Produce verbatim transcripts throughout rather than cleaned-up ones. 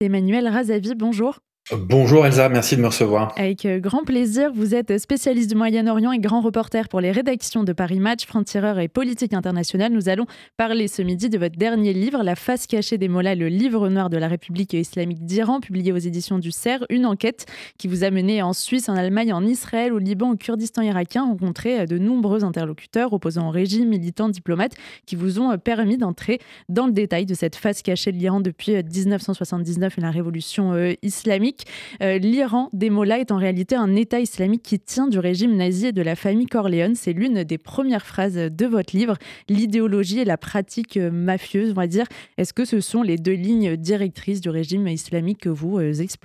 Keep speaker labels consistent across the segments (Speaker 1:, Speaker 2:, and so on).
Speaker 1: Emmanuel Razavi, bonjour.
Speaker 2: Bonjour Elsa, merci de me recevoir.
Speaker 1: Avec euh, grand plaisir, vous êtes spécialiste du Moyen-Orient et grand reporter pour les rédactions de Paris Match, Franc-Tireur et Politique Internationale. Nous allons parler ce midi de votre dernier livre, La face cachée des mollahs, le livre noir de la République islamique d'Iran, publié aux éditions du Cerf. Une enquête qui vous a mené en Suisse, en Allemagne, en Israël, au Liban, au Kurdistan irakien, rencontré de nombreux interlocuteurs, opposants au régime, militants, diplomates, qui vous ont permis d'entrer dans le détail de cette face cachée de l'Iran depuis dix-neuf cent soixante-dix-neuf et la révolution euh, islamique. Euh, L'Iran des mollahs est en réalité un État islamique qui tient du régime nazi et de la famille Corleone. C'est l'une des premières phrases de votre livre, l'idéologie et la pratique mafieuse, on va dire. Est-ce que ce sont les deux lignes directrices du régime islamique que vous euh, explorez ?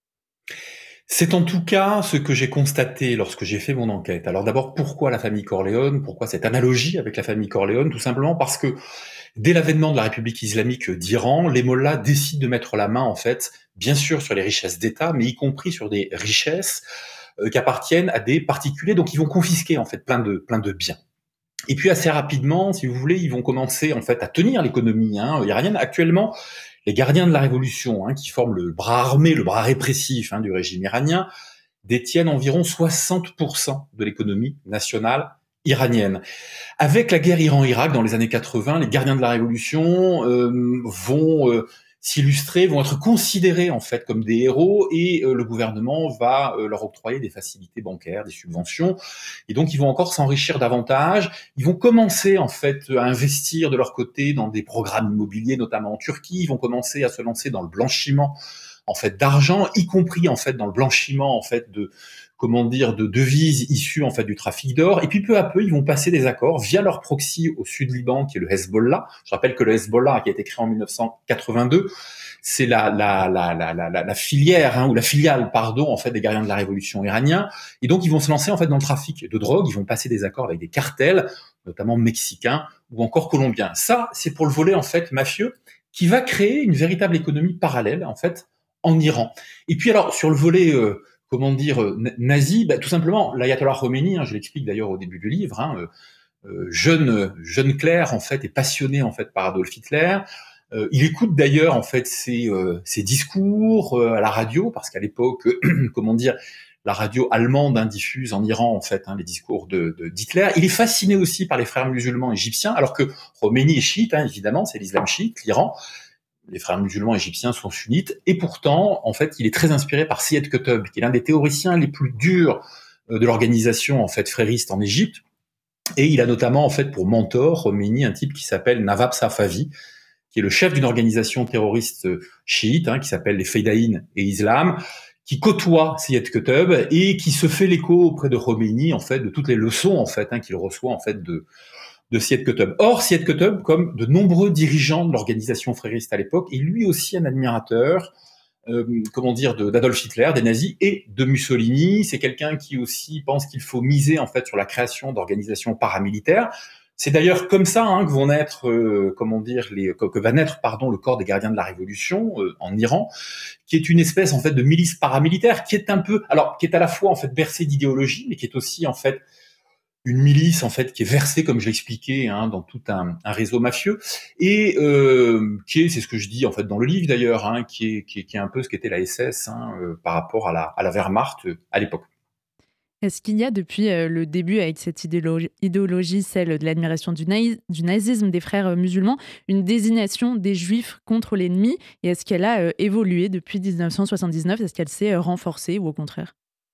Speaker 2: C'est en tout cas ce que j'ai constaté lorsque j'ai fait mon enquête. Alors d'abord, pourquoi la famille Corleone ? Pourquoi cette analogie avec la famille Corleone ? Tout simplement parce que dès l'avènement de la République islamique d'Iran, les mollahs décident de mettre la main, en fait, bien sûr sur les richesses d'État, mais y compris sur des richesses euh, qui appartiennent à des particuliers. Donc ils vont confisquer, en fait, plein de, plein de biens. Et puis assez rapidement, si vous voulez, ils vont commencer en fait à tenir l'économie hein, iranienne. Actuellement, les gardiens de la révolution, hein, qui forment le bras armé, le bras répressif hein, du régime iranien, détiennent environ soixante pour cent de l'économie nationale iranienne. Avec la guerre Iran-Irak dans les années quatre-vingts, les gardiens de la révolution euh, vont euh, s'illustrer, vont être considérés en fait comme des héros et euh, le gouvernement va euh, leur octroyer des facilités bancaires, des subventions et donc ils vont encore s'enrichir davantage. Ils vont commencer en fait à investir de leur côté dans des programmes immobiliers, notamment en Turquie. Ils vont commencer à se lancer dans le blanchiment en fait d'argent, y compris en fait dans le blanchiment en fait de comment dire de devises issues en fait du trafic d'or. Et puis peu à peu, ils vont passer des accords via leur proxy au sud Liban, qui est le Hezbollah. Je rappelle que le Hezbollah, qui a été créé en dix-neuf cent quatre-vingt-deux, c'est la la la la la, la filière hein, ou la filiale pardon en fait des gardiens de la révolution iranien. Et donc ils vont se lancer en fait dans le trafic de drogue. Ils vont passer des accords avec des cartels, notamment mexicains ou encore colombiens. Ça, c'est pour le volet en fait mafieux, qui va créer une véritable économie parallèle en fait en Iran. Et puis alors sur le volet euh, comment dire euh, nazi, bah, tout simplement l'ayatollah Khomeini, hein, je l'explique d'ailleurs au début du livre, hein, euh, euh, jeune jeune clerc en fait et passionné en fait par Adolf Hitler. Euh, il écoute d'ailleurs en fait ses, euh, ses discours euh, à la radio parce qu'à l'époque, euh, comment dire, la radio allemande hein, diffuse en Iran en fait hein, les discours de, de d'Hitler. Il est fasciné aussi par les frères musulmans égyptiens, alors que Khomeini est chiite, hein, évidemment, c'est l'islam chiite, l'Iran. Les frères musulmans égyptiens sont sunnites, et pourtant, en fait, il est très inspiré par Syed Qutb, qui est l'un des théoriciens les plus durs de l'organisation en fait frériste en Égypte. Et il a notamment en fait pour mentor Khomeini un type qui s'appelle Nawab Safavi, qui est le chef d'une organisation terroriste chiite hein, qui s'appelle les Feydaïn et Islam, qui côtoie Syed Qutb et qui se fait l'écho auprès de Khomeini en fait de toutes les leçons en fait hein, qu'il reçoit en fait de de Syed Qutb. Or, Syed Qutb, comme de nombreux dirigeants de l'organisation frériste à l'époque, est lui aussi un admirateur, euh, comment dire, de, d'Adolf Hitler, des nazis et de Mussolini. C'est quelqu'un qui aussi pense qu'il faut miser en fait sur la création d'organisations paramilitaires. C'est d'ailleurs comme ça hein, que vont naître, euh, comment dire, les, que, que va naître, pardon, le corps des gardiens de la Révolution euh, en Iran, qui est une espèce en fait de milice paramilitaire, qui est un peu, alors, qui est à la fois en fait bercée d'idéologie, mais qui est aussi en fait une milice en fait qui est versée, comme je l'expliquais, hein, dans tout un, un réseau mafieux, et euh, qui est, c'est ce que je dis en fait dans le livre d'ailleurs, hein, qui, est, qui, est, qui est un peu ce qu'était la S S hein, euh, par rapport à la, à la Wehrmacht euh, à l'époque.
Speaker 1: Est-ce qu'il y a depuis euh, le début, avec cette idéologie, idéologie celle de l'admiration du, naï- du nazisme des frères euh, musulmans, une désignation des juifs contre l'ennemi ? Et est-ce qu'elle a euh, évolué depuis dix-neuf cent soixante-dix-neuf ? Est-ce qu'elle s'est euh, renforcée ou au contraire ?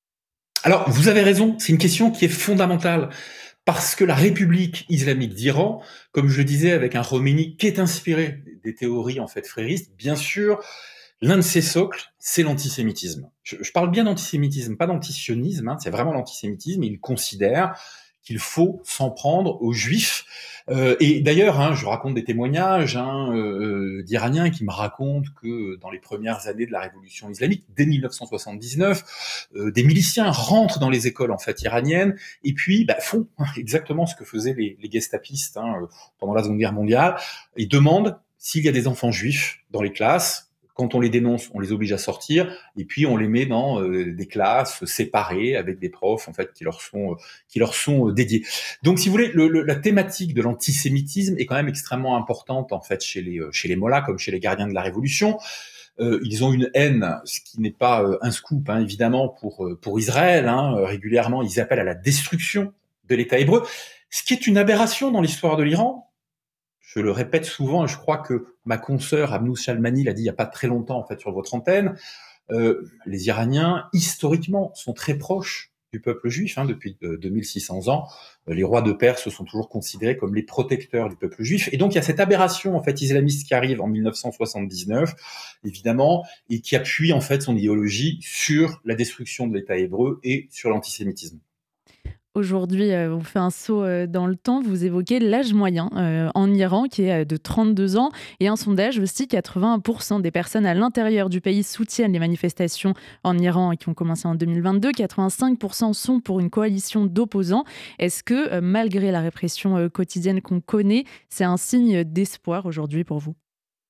Speaker 2: Alors, vous avez raison, c'est une question qui est fondamentale, parce que la République islamique d'Iran, comme je le disais avec un Khomeini qui est inspiré des théories en fait fréristes, bien sûr, l'un de ses socles, c'est l'antisémitisme. Je, je parle bien d'antisémitisme, pas d'antisionisme, hein, c'est vraiment l'antisémitisme. Il considère qu'il faut s'en prendre aux juifs. Euh, et d'ailleurs, hein, je raconte des témoignages hein, euh, d'Iraniens qui me racontent que dans les premières années de la révolution islamique, dès dix-neuf cent soixante-dix-neuf, euh, des miliciens rentrent dans les écoles en fait iraniennes et puis bah, font exactement ce que faisaient les, les gestapistes hein, pendant la Seconde Guerre mondiale. Ils demandent s'il y a des enfants juifs dans les classes. Quand on les dénonce, on les oblige à sortir, et puis on les met dans euh, des classes séparées avec des profs en fait qui leur sont euh, qui leur sont euh, dédiés. Donc, si vous voulez, le, le, la thématique de l'antisémitisme est quand même extrêmement importante en fait chez les euh, chez les mollahs comme chez les gardiens de la Révolution. Euh, ils ont une haine, ce qui n'est pas euh, un scoop, hein, évidemment, pour, euh, pour Israël. Hein. Euh, régulièrement, ils appellent à la destruction de l'État hébreu, ce qui est une aberration dans l'histoire de l'Iran. Je le répète souvent, et je crois que ma consoeur Amnous Shalmani l'a dit il n'y a pas très longtemps en fait sur votre antenne. Euh, les Iraniens, historiquement, sont très proches du peuple juif. Hein, depuis euh, deux mille six cents ans, euh, les rois de Perse sont toujours considérés comme les protecteurs du peuple juif. Et donc, il y a cette aberration en fait islamiste qui arrive en mille neuf cent soixante-dix-neuf, évidemment, et qui appuie en fait son idéologie sur la destruction de l'État hébreu et sur l'antisémitisme.
Speaker 1: Aujourd'hui, euh, on fait un saut euh, dans le temps. Vous évoquez l'âge moyen euh, en Iran qui est euh, de trente-deux ans. Et un sondage aussi, quatre-vingts pour cent des personnes à l'intérieur du pays soutiennent les manifestations en Iran qui ont commencé en deux mille vingt-deux. quatre-vingt-cinq pour cent sont pour une coalition d'opposants. Est-ce que, euh, malgré la répression euh, quotidienne qu'on connaît, c'est un signe d'espoir aujourd'hui pour vous ?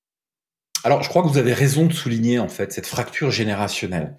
Speaker 2: Alors, je crois que vous avez raison de souligner en fait cette fracture générationnelle.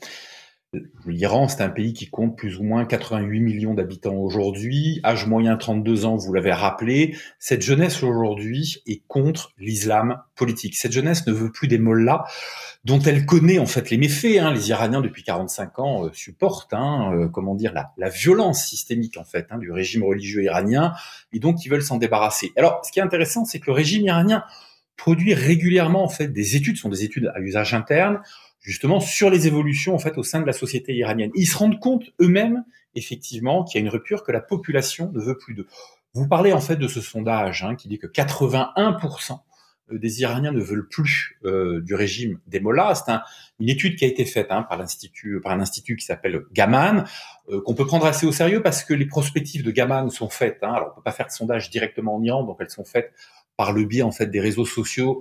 Speaker 2: L'Iran, c'est un pays qui compte plus ou moins quatre-vingt-huit millions d'habitants aujourd'hui, âge moyen trente-deux ans, vous l'avez rappelé. Cette jeunesse aujourd'hui est contre l'islam politique. Cette jeunesse ne veut plus des mollahs dont elle connaît en fait les méfaits. Hein. Les Iraniens, depuis quarante-cinq ans, euh, supportent, hein, euh, comment dire, la, la violence systémique en fait hein, du régime religieux iranien, et donc ils veulent s'en débarrasser. Alors, ce qui est intéressant, c'est que le régime iranien produit régulièrement en fait des études, ce sont des études à usage interne, justement sur les évolutions en fait au sein de la société iranienne. Ils se rendent compte eux-mêmes, effectivement, qu'il y a une rupture, que la population ne veut plus d'eux. Vous parlez en fait de ce sondage hein, qui dit que quatre-vingt-un pour cent des Iraniens ne veulent plus euh, du régime des mollahs. C'est un, une étude qui a été faite hein, par l'institut, par un institut qui s'appelle Gaman, euh, qu'on peut prendre assez au sérieux parce que les prospectives de Gaman sont faites. Hein, alors on peut pas faire de sondage directement en Iran, donc elles sont faites par le biais en fait des réseaux sociaux.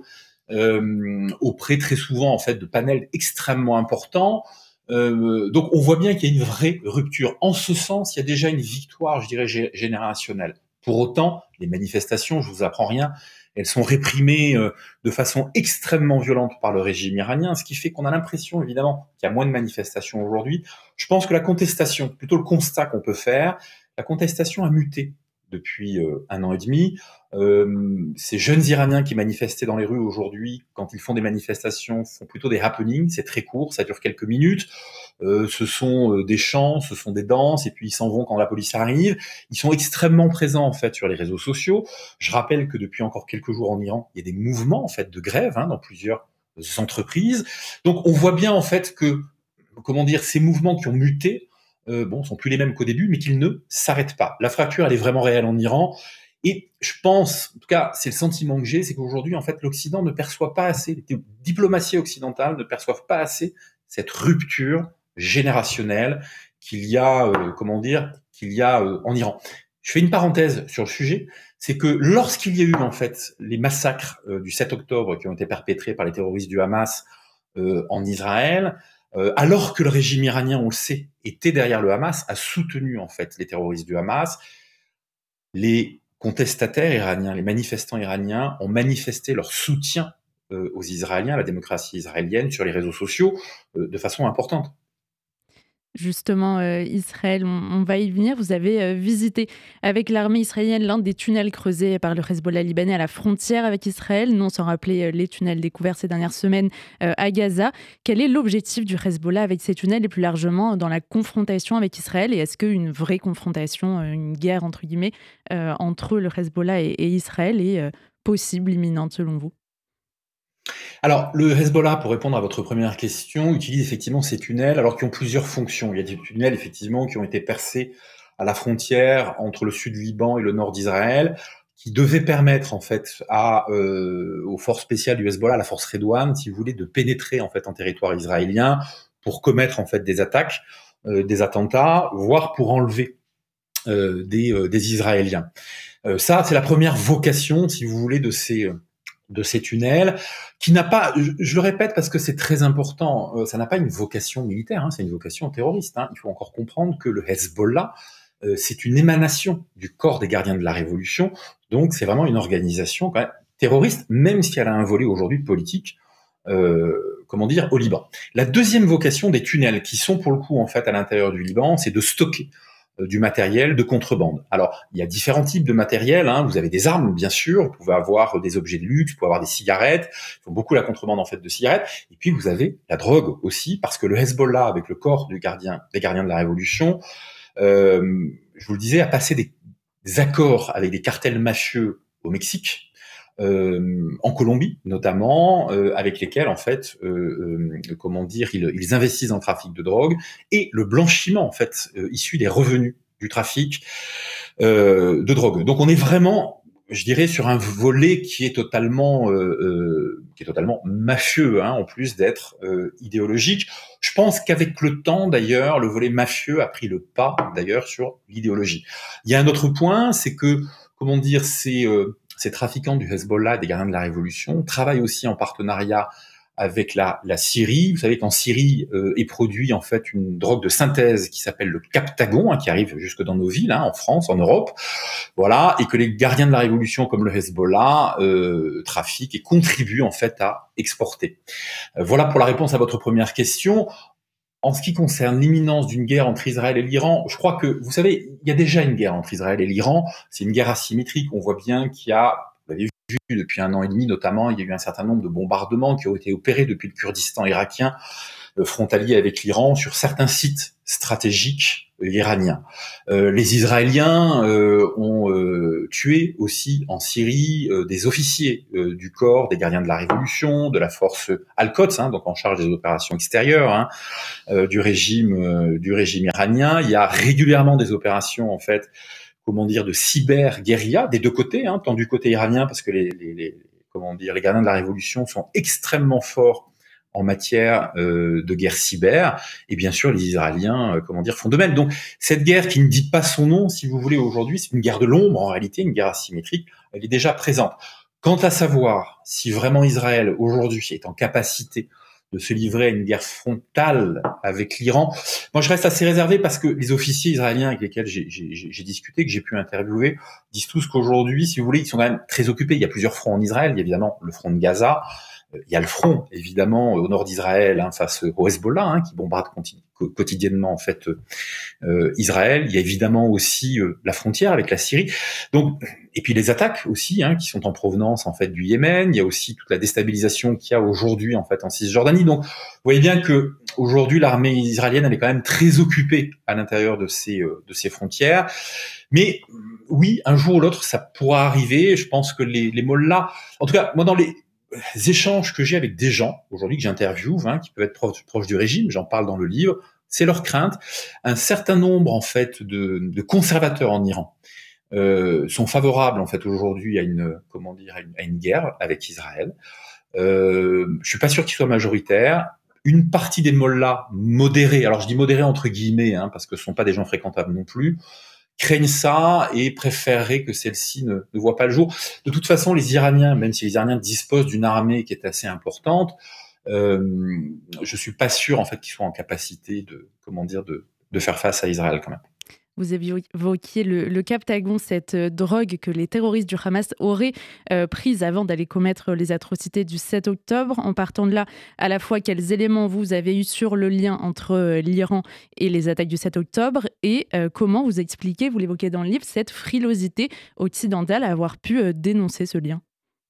Speaker 2: Euh, auprès très souvent en fait de panels extrêmement importants. Euh, donc on voit bien qu'il y a une vraie rupture. En ce sens, il y a déjà une victoire, je dirais, gé- générationnelle. Pour autant, les manifestations, je vous apprends rien, elles sont réprimées euh, de façon extrêmement violente par le régime iranien, ce qui fait qu'on a l'impression, évidemment, qu'il y a moins de manifestations aujourd'hui. Je pense que la contestation, plutôt le constat qu'on peut faire, la contestation a muté depuis euh, un an et demi. Euh, ces jeunes Iraniens qui manifestaient dans les rues aujourd'hui, quand ils font des manifestations, font plutôt des happenings, c'est très court, ça dure quelques minutes. Euh, ce sont euh, des chants, ce sont des danses, et puis ils s'en vont quand la police arrive. Ils sont extrêmement présents en fait sur les réseaux sociaux. Je rappelle que depuis encore quelques jours en Iran, il y a des mouvements en fait de grève hein, dans plusieurs entreprises. Donc on voit bien en fait que, comment dire, ces mouvements qui ont muté, euh, bon, sont plus les mêmes qu'au début, mais qu'ils ne s'arrêtent pas. La fracture, elle est vraiment réelle en Iran. Et je pense, en tout cas, c'est le sentiment que j'ai, c'est qu'aujourd'hui, en fait, l'Occident ne perçoit pas assez, les diplomaties occidentales ne perçoivent pas assez cette rupture générationnelle qu'il y a, euh, comment dire, qu'il y a euh, en Iran. Je fais une parenthèse sur le sujet, c'est que lorsqu'il y a eu en fait les massacres euh, du sept octobre qui ont été perpétrés par les terroristes du Hamas euh, en Israël, euh, alors que le régime iranien, on le sait, était derrière le Hamas, a soutenu en fait les terroristes du Hamas, les contestataires iraniens, les manifestants iraniens ont manifesté leur soutien euh, aux Israéliens, à la démocratie israélienne, sur les réseaux sociaux, euh, de façon importante.
Speaker 1: Justement, euh, Israël, on, on va y venir. Vous avez euh, visité avec l'armée israélienne l'un des tunnels creusés par le Hezbollah libanais à la frontière avec Israël, non sans rappeler euh, les tunnels découverts ces dernières semaines euh, à Gaza. Quel est l'objectif du Hezbollah avec ces tunnels et plus largement dans la confrontation avec Israël? Et est-ce qu'une vraie confrontation, euh, une guerre entre guillemets, euh, entre le Hezbollah et, et Israël est euh, possible, imminente selon vous?
Speaker 2: Alors, le Hezbollah, pour répondre à votre première question, utilise effectivement ces tunnels, alors qui ont plusieurs fonctions. Il y a des tunnels, effectivement, qui ont été percés à la frontière entre le sud Liban et le nord d'Israël, qui devaient permettre, en fait, à, euh, aux forces spéciales du Hezbollah, à la force Redouane, si vous voulez, de pénétrer, en fait, en territoire israélien pour commettre, en fait, des attaques, euh, des attentats, voire pour enlever euh, des, euh, des Israéliens. Euh, ça, c'est la première vocation, si vous voulez, de ces... de ces tunnels, qui n'a pas, je, je le répète parce que c'est très important, euh, ça n'a pas une vocation militaire, hein, c'est une vocation terroriste. Hein. Il faut encore comprendre que le Hezbollah, euh, c'est une émanation du corps des gardiens de la Révolution, donc c'est vraiment une organisation quand même terroriste, même si elle a un volet aujourd'hui politique, euh, comment dire, au Liban. La deuxième vocation des tunnels, qui sont pour le coup en fait à l'intérieur du Liban, c'est de stocker euh, du matériel de contrebande. Alors, il y a différents types de matériel. Hein. Vous avez des armes, bien sûr. Vous pouvez avoir des objets de luxe. Vous pouvez avoir des cigarettes. Ils font beaucoup la contrebande en fait de cigarettes. Et puis vous avez la drogue aussi, parce que le Hezbollah, avec le corps du gardien, des gardiens de la Révolution, euh, je vous le disais, a passé des, des accords avec des cartels mafieux au Mexique. Euh, en Colombie notamment, euh, avec lesquels en fait, euh, euh, comment dire, ils, ils investissent dans le trafic de drogue et le blanchiment en fait euh, issu des revenus du trafic euh, de drogue. Donc on est vraiment, je dirais, sur un volet qui est totalement, euh, euh, qui est totalement mafieux, hein, en plus d'être euh, idéologique. Je pense qu'avec le temps, d'ailleurs, le volet mafieux a pris le pas, d'ailleurs, sur l'idéologie. Il y a un autre point, c'est que, comment dire, c'est euh, ces trafiquants du Hezbollah, des gardiens de la Révolution, travaillent aussi en partenariat avec la, la Syrie. Vous savez qu'en Syrie euh, est produit en fait une drogue de synthèse qui s'appelle le Captagon, hein, qui arrive jusque dans nos villes, hein, en France, en Europe. Voilà, et que les gardiens de la Révolution comme le Hezbollah euh, trafiquent et contribuent en fait à exporter. Euh, voilà pour la réponse à votre première question. En ce qui concerne l'imminence d'une guerre entre Israël et l'Iran, je crois que, vous savez, il y a déjà une guerre entre Israël et l'Iran. C'est une guerre asymétrique. On voit bien qu'il y a, vous l'avez vu depuis un an et demi notamment, il y a eu un certain nombre de bombardements qui ont été opérés depuis le Kurdistan irakien, euh, frontalier avec l'Iran, sur certains sites stratégiques euh, iraniens. Euh, les Israéliens euh, ont euh, tué aussi en Syrie euh, des officiers euh, du corps des gardiens de la Révolution, de la force Al-Quds, hein, donc en charge des opérations extérieures, hein, euh, du régime euh, du régime iranien. Il y a régulièrement des opérations en fait, comment dire, de cyber-guérilla des deux côtés, hein, tant du côté iranien parce que les, les, les comment dire, les gardiens de la Révolution sont extrêmement forts en matière euh, de guerre cyber, et bien sûr les Israéliens, euh, comment dire, font de même. Donc cette guerre qui ne dit pas son nom, si vous voulez, aujourd'hui, c'est une guerre de l'ombre, en réalité, une guerre asymétrique, elle est déjà présente. Quant à savoir si vraiment Israël, aujourd'hui, est en capacité de se livrer à une guerre frontale avec l'Iran, moi je reste assez réservé parce que les officiers israéliens avec lesquels j'ai, j'ai, j'ai discuté, que j'ai pu interviewer, disent tous qu'aujourd'hui, si vous voulez, ils sont quand même très occupés. Il y a plusieurs fronts en Israël, il y a évidemment le front de Gaza, il y a le front, évidemment, au nord d'Israël, hein, face au Hezbollah, hein, qui bombarde conti- quotidiennement en fait euh, Israël. Il y a évidemment aussi euh, la frontière avec la Syrie. Donc, et puis les attaques aussi, hein, qui sont en provenance en fait du Yémen. Il y a aussi toute la déstabilisation qu'il y a aujourd'hui en fait en Cisjordanie. Donc, vous voyez bien que aujourd'hui l'armée israélienne elle est quand même très occupée à l'intérieur de ces euh, de ces frontières. Mais oui, un jour ou l'autre, ça pourra arriver. Je pense que les, les mollahs, en tout cas, moi dans les échanges que j'ai avec des gens aujourd'hui que j'interviewe, hein, qui peuvent être proches, proches du régime, j'en parle dans le livre, c'est leur crainte. Un certain nombre en fait de, de conservateurs en Iran euh, sont favorables en fait aujourd'hui à une comment dire à une, à une guerre avec Israël. Euh, je suis pas sûr qu'ils soient majoritaires. Une partie des mollahs modérés, alors je dis modérés entre guillemets, hein, parce que ce sont pas des gens fréquentables non plus, craignent ça et préféreraient que celle-ci ne, ne voit pas le jour. De toute façon, les Iraniens, même si les Iraniens disposent d'une armée qui est assez importante, euh, je suis pas sûr en fait qu'ils soient en capacité de, comment dire, de, de faire face à Israël quand même.
Speaker 1: Vous évoquiez le, le Captagon, cette drogue que les terroristes du Hamas auraient euh, prise avant d'aller commettre les atrocités du sept octobre. En partant de là, à la fois quels éléments vous avez eu sur le lien entre euh, l'Iran et les attaques du sept octobre et euh, comment vous expliquez, vous l'évoquez dans le livre, cette frilosité occidentale à avoir pu euh, dénoncer ce lien.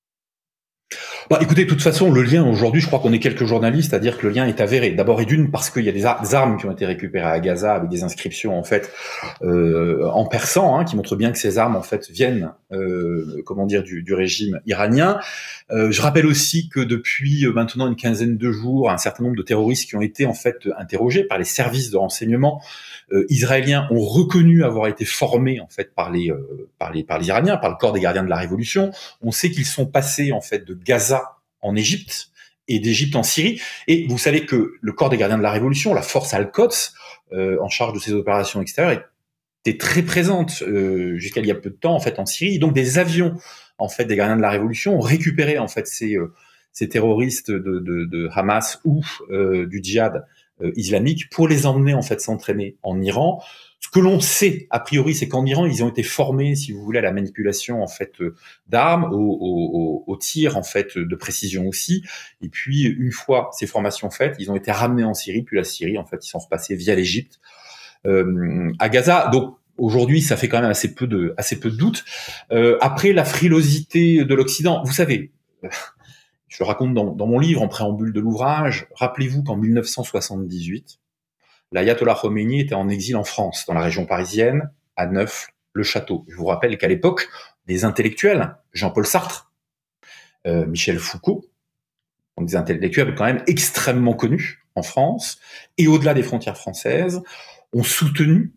Speaker 2: Bah, écoutez, de toute façon, le lien aujourd'hui, je crois qu'on est quelques journalistes à dire que le lien est avéré. D'abord et d'une parce qu'il y a des, ar- des armes qui ont été récupérées à Gaza avec des inscriptions en fait euh, en persan, hein, qui montrent bien que ces armes en fait viennent, euh, comment dire, du, du régime iranien. Euh, je rappelle aussi que depuis maintenant une quinzaine de jours, un certain nombre de terroristes qui ont été en fait interrogés par les services de renseignement euh, israéliens ont reconnu avoir été formés en fait par les, euh, par les par les Iraniens, par le corps des gardiens de la Révolution. On sait qu'ils sont passés en fait de Gaza en Égypte et d'Égypte en Syrie. Et vous savez que le corps des gardiens de la Révolution, la force Al-Quds, euh, en charge de ces opérations extérieures, était très présente euh, jusqu'à il y a peu de temps en fait en Syrie. Donc des avions en fait des gardiens de la Révolution ont récupéré en fait ces euh, ces terroristes de, de, de Hamas ou euh, du djihad euh, islamique pour les emmener en fait s'entraîner en Iran. Ce que l'on sait a priori, c'est qu'en Iran, ils ont été formés, si vous voulez, à la manipulation en fait euh, d'armes, au, au, au tir en fait de précision aussi. Et puis une fois ces formations faites, ils ont été ramenés en Syrie, puis la Syrie en fait ils sont repassés via l'Égypte euh, à Gaza. Donc aujourd'hui, ça fait quand même assez peu de, assez peu de doutes. Euh, après, la frilosité de l'Occident, vous savez, je le raconte dans, dans mon livre, en préambule de l'ouvrage, rappelez-vous qu'en mille neuf cent soixante-dix-huit, l'ayatollah Khomeini était en exil en France, dans la région parisienne, à Neuf-le-Château. Je vous rappelle qu'à l'époque, des intellectuels, Jean-Paul Sartre, euh, Michel Foucault, donc des intellectuels quand même extrêmement connus en France, et au-delà des frontières françaises, ont soutenu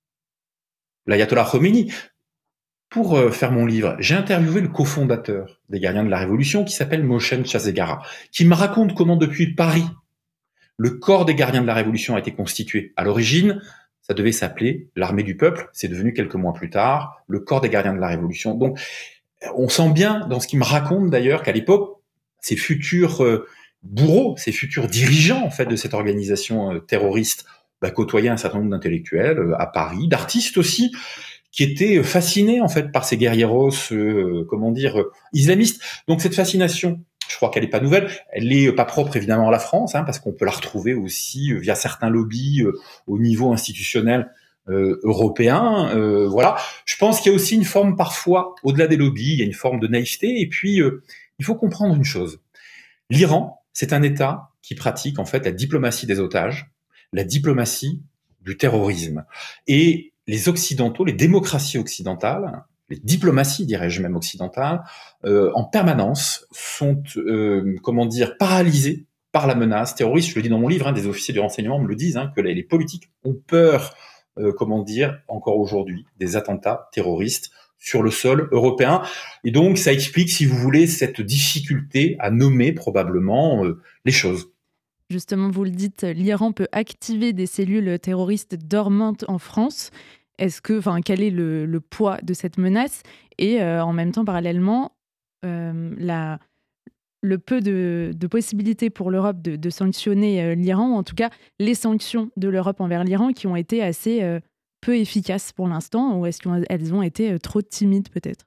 Speaker 2: l'ayatollah Khomeini. Pour euh, faire mon livre, j'ai interviewé le cofondateur des Gardiens de la Révolution, qui s'appelle Moshen Chazegara, qui me raconte comment depuis Paris, le corps des Gardiens de la Révolution a été constitué. À l'origine, ça devait s'appeler l'Armée du Peuple, c'est devenu quelques mois plus tard le corps des Gardiens de la Révolution. Donc, on sent bien dans ce qu'il me raconte d'ailleurs qu'à l'époque, ces futurs euh, bourreaux, ces futurs dirigeants en fait de cette organisation euh, terroriste, bah, côtoyaient un certain nombre d'intellectuels euh, à Paris, d'artistes aussi, qui étaient fascinés en fait par ces guerrieros, euh, comment dire, euh, islamistes. Donc cette fascination, je crois qu'elle n'est pas nouvelle, elle n'est pas propre évidemment à la France, hein, parce qu'on peut la retrouver aussi euh, via certains lobbies euh, au niveau institutionnel euh, européen. Euh, voilà. Je pense qu'il y a aussi une forme parfois, au-delà des lobbies, il y a une forme de naïveté. Et puis, euh, il faut comprendre une chose. L'Iran, c'est un État qui pratique en fait la diplomatie des otages, la diplomatie du terrorisme. Et les Occidentaux, les démocraties occidentales, les diplomaties, dirais-je même occidentales, euh, en permanence sont, euh, comment dire, paralysées par la menace terroriste. Je le dis dans mon livre, hein, des officiers du renseignement me le disent, hein, que les, les politiques ont peur, euh, comment dire, encore aujourd'hui, des attentats terroristes sur le sol européen. Et donc, ça explique, si vous voulez, cette difficulté à nommer probablement euh, les choses.
Speaker 1: Justement, vous le dites, l'Iran peut activer des cellules terroristes dormantes en France. Est-ce que, enfin, quel est le, le poids de cette menace? Et euh, en même temps, parallèlement, euh, la, le peu de, de possibilités pour l'Europe de, de sanctionner euh, l'Iran, ou en tout cas les sanctions de l'Europe envers l'Iran qui ont été assez euh, peu efficaces pour l'instant, ou est-ce qu'elles ont été euh, trop timides peut-être?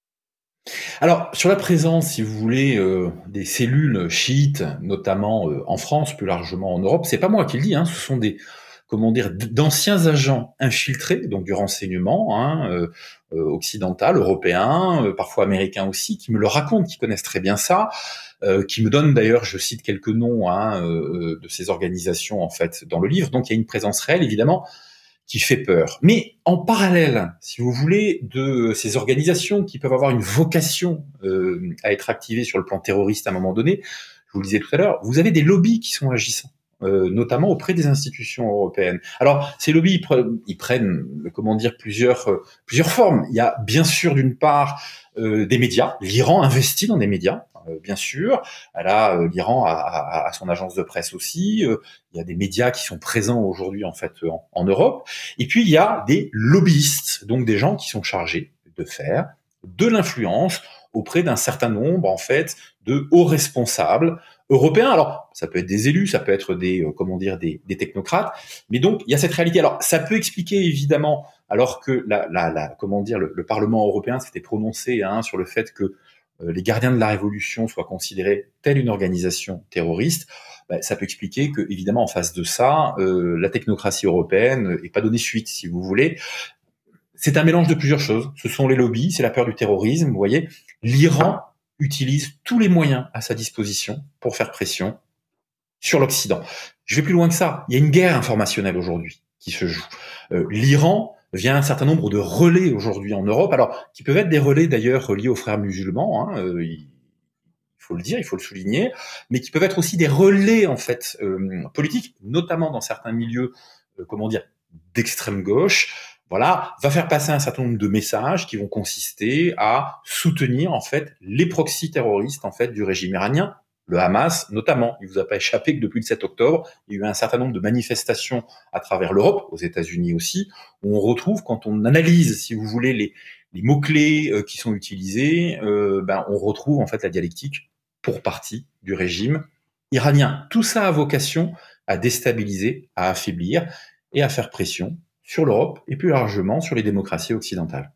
Speaker 2: Alors, sur la présence, si vous voulez, euh, des cellules chiites, notamment euh, en France, plus largement en Europe, c'est pas moi qui le dis, hein, ce sont des, comment dire, d'anciens agents infiltrés, donc du renseignement hein, euh, euh, occidental, européen, euh, parfois américain aussi, qui me le racontent, qui connaissent très bien ça, euh, qui me donnent d'ailleurs, je cite quelques noms hein, euh, de ces organisations en fait dans le livre. Donc il y a une présence réelle, évidemment, qui fait peur. Mais en parallèle, si vous voulez, de ces organisations qui peuvent avoir une vocation euh, à être activées sur le plan terroriste à un moment donné, je vous le disais tout à l'heure, vous avez des lobbies qui sont agissants. Euh, notamment auprès des institutions européennes. Alors, ces lobbies, ils, pre- ils prennent, comment dire, plusieurs, euh, plusieurs formes. Il y a bien sûr, d'une part, euh, des médias. L'Iran investit dans des médias, euh, bien sûr. Là, euh, l'Iran a, a, a son agence de presse aussi. Euh, il y a des médias qui sont présents aujourd'hui, en fait, en, en Europe. Et puis, il y a des lobbyistes, donc des gens qui sont chargés de faire de l'influence auprès d'un certain nombre, en fait, de hauts responsables européens. Alors, ça peut être des élus, ça peut être des, euh, comment dire, des, des technocrates, mais donc il y a cette réalité. Alors, ça peut expliquer évidemment, alors que la, la, la comment dire, le, le Parlement européen s'était prononcé hein, sur le fait que euh, les gardiens de la Révolution soient considérés telle une organisation terroriste. Ben, ça peut expliquer que, évidemment, en face de ça, euh, la technocratie européenne n'est pas donnée suite, si vous voulez. C'est un mélange de plusieurs choses. Ce sont les lobbies, c'est la peur du terrorisme, vous voyez. L'Iran utilise tous les moyens à sa disposition pour faire pression sur l'Occident. Je vais plus loin que ça. Il y a une guerre informationnelle aujourd'hui qui se joue. Euh, L'Iran vient un certain nombre de relais aujourd'hui en Europe, alors qui peuvent être des relais d'ailleurs liés aux frères musulmans. Hein, euh, il faut le dire, il faut le souligner, mais qui peuvent être aussi des relais en fait euh, politiques, notamment dans certains milieux, euh, comment dire, d'extrême gauche. Voilà, va faire passer un certain nombre de messages qui vont consister à soutenir en fait les proxys terroristes en fait du régime iranien, le Hamas notamment. Il vous a pas échappé que depuis le sept octobre, il y a eu un certain nombre de manifestations à travers l'Europe, aux États-Unis aussi, où on retrouve, quand on analyse, si vous voulez, les, les mots-clés euh, qui sont utilisés, euh, ben, on retrouve en fait la dialectique pour partie du régime iranien. Tout ça a vocation à déstabiliser, à affaiblir et à faire pression sur l'Europe et plus largement sur les démocraties occidentales.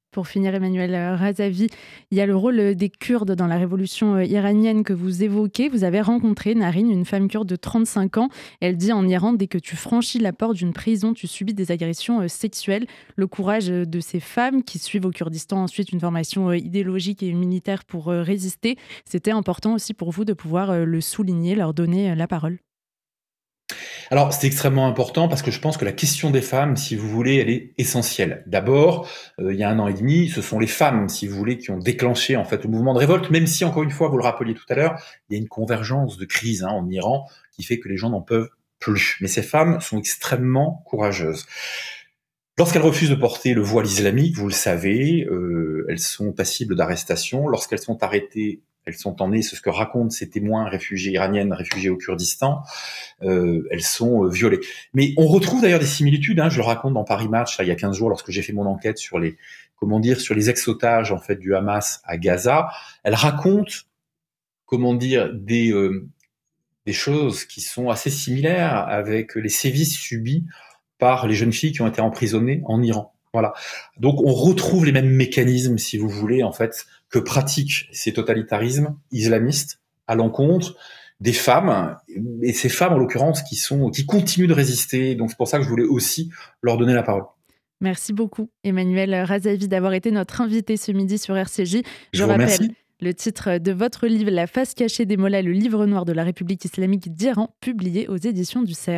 Speaker 1: Pour finir, Emmanuel Razavi, il y a le rôle des Kurdes dans la révolution iranienne que vous évoquez. Vous avez rencontré Narine, une femme kurde de trente-cinq ans. Elle dit en Iran, dès que tu franchis la porte d'une prison, tu subis des agressions sexuelles. Le courage de ces femmes qui suivent au Kurdistan ensuite une formation idéologique et militaire pour résister, c'était important aussi pour vous de pouvoir le souligner, leur donner la parole.
Speaker 2: Alors, c'est extrêmement important parce que je pense que la question des femmes, si vous voulez, elle est essentielle. D'abord, euh, il y a un an et demi, ce sont les femmes, si vous voulez, qui ont déclenché en fait le mouvement de révolte, même si, encore une fois, vous le rappeliez tout à l'heure, il y a une convergence de crise hein, en Iran qui fait que les gens n'en peuvent plus. Mais ces femmes sont extrêmement courageuses. Lorsqu'elles refusent de porter le voile islamique, vous le savez, euh, elles sont passibles d'arrestation. Lorsqu'elles sont arrêtées, elles sont emmenées, c'est ce que racontent ces témoins réfugiés iraniennes, réfugiés au Kurdistan, euh, elles sont euh, violées. Mais on retrouve d'ailleurs des similitudes, hein, je le raconte dans Paris Match, là, il y a quinze jours, lorsque j'ai fait mon enquête sur les, comment dire, sur les ex-otages en fait, du Hamas à Gaza. Elle raconte, comment dire, des, euh, des choses qui sont assez similaires avec les sévices subis par les jeunes filles qui ont été emprisonnées en Iran. Voilà. Donc on retrouve les mêmes mécanismes, si vous voulez, en fait, que pratiquent ces totalitarismes islamistes à l'encontre des femmes, et ces femmes en l'occurrence qui sont, qui continuent de résister. Donc c'est pour ça que je voulais aussi leur donner la parole.
Speaker 1: Merci beaucoup, Emmanuel Razavi, d'avoir été notre invité ce midi sur R C J. Je,
Speaker 2: je vous
Speaker 1: rappelle
Speaker 2: remercie.
Speaker 1: Le titre de votre livre, La face cachée des mollahs, le livre noir de la République islamique d'Iran, publié aux éditions du C E R.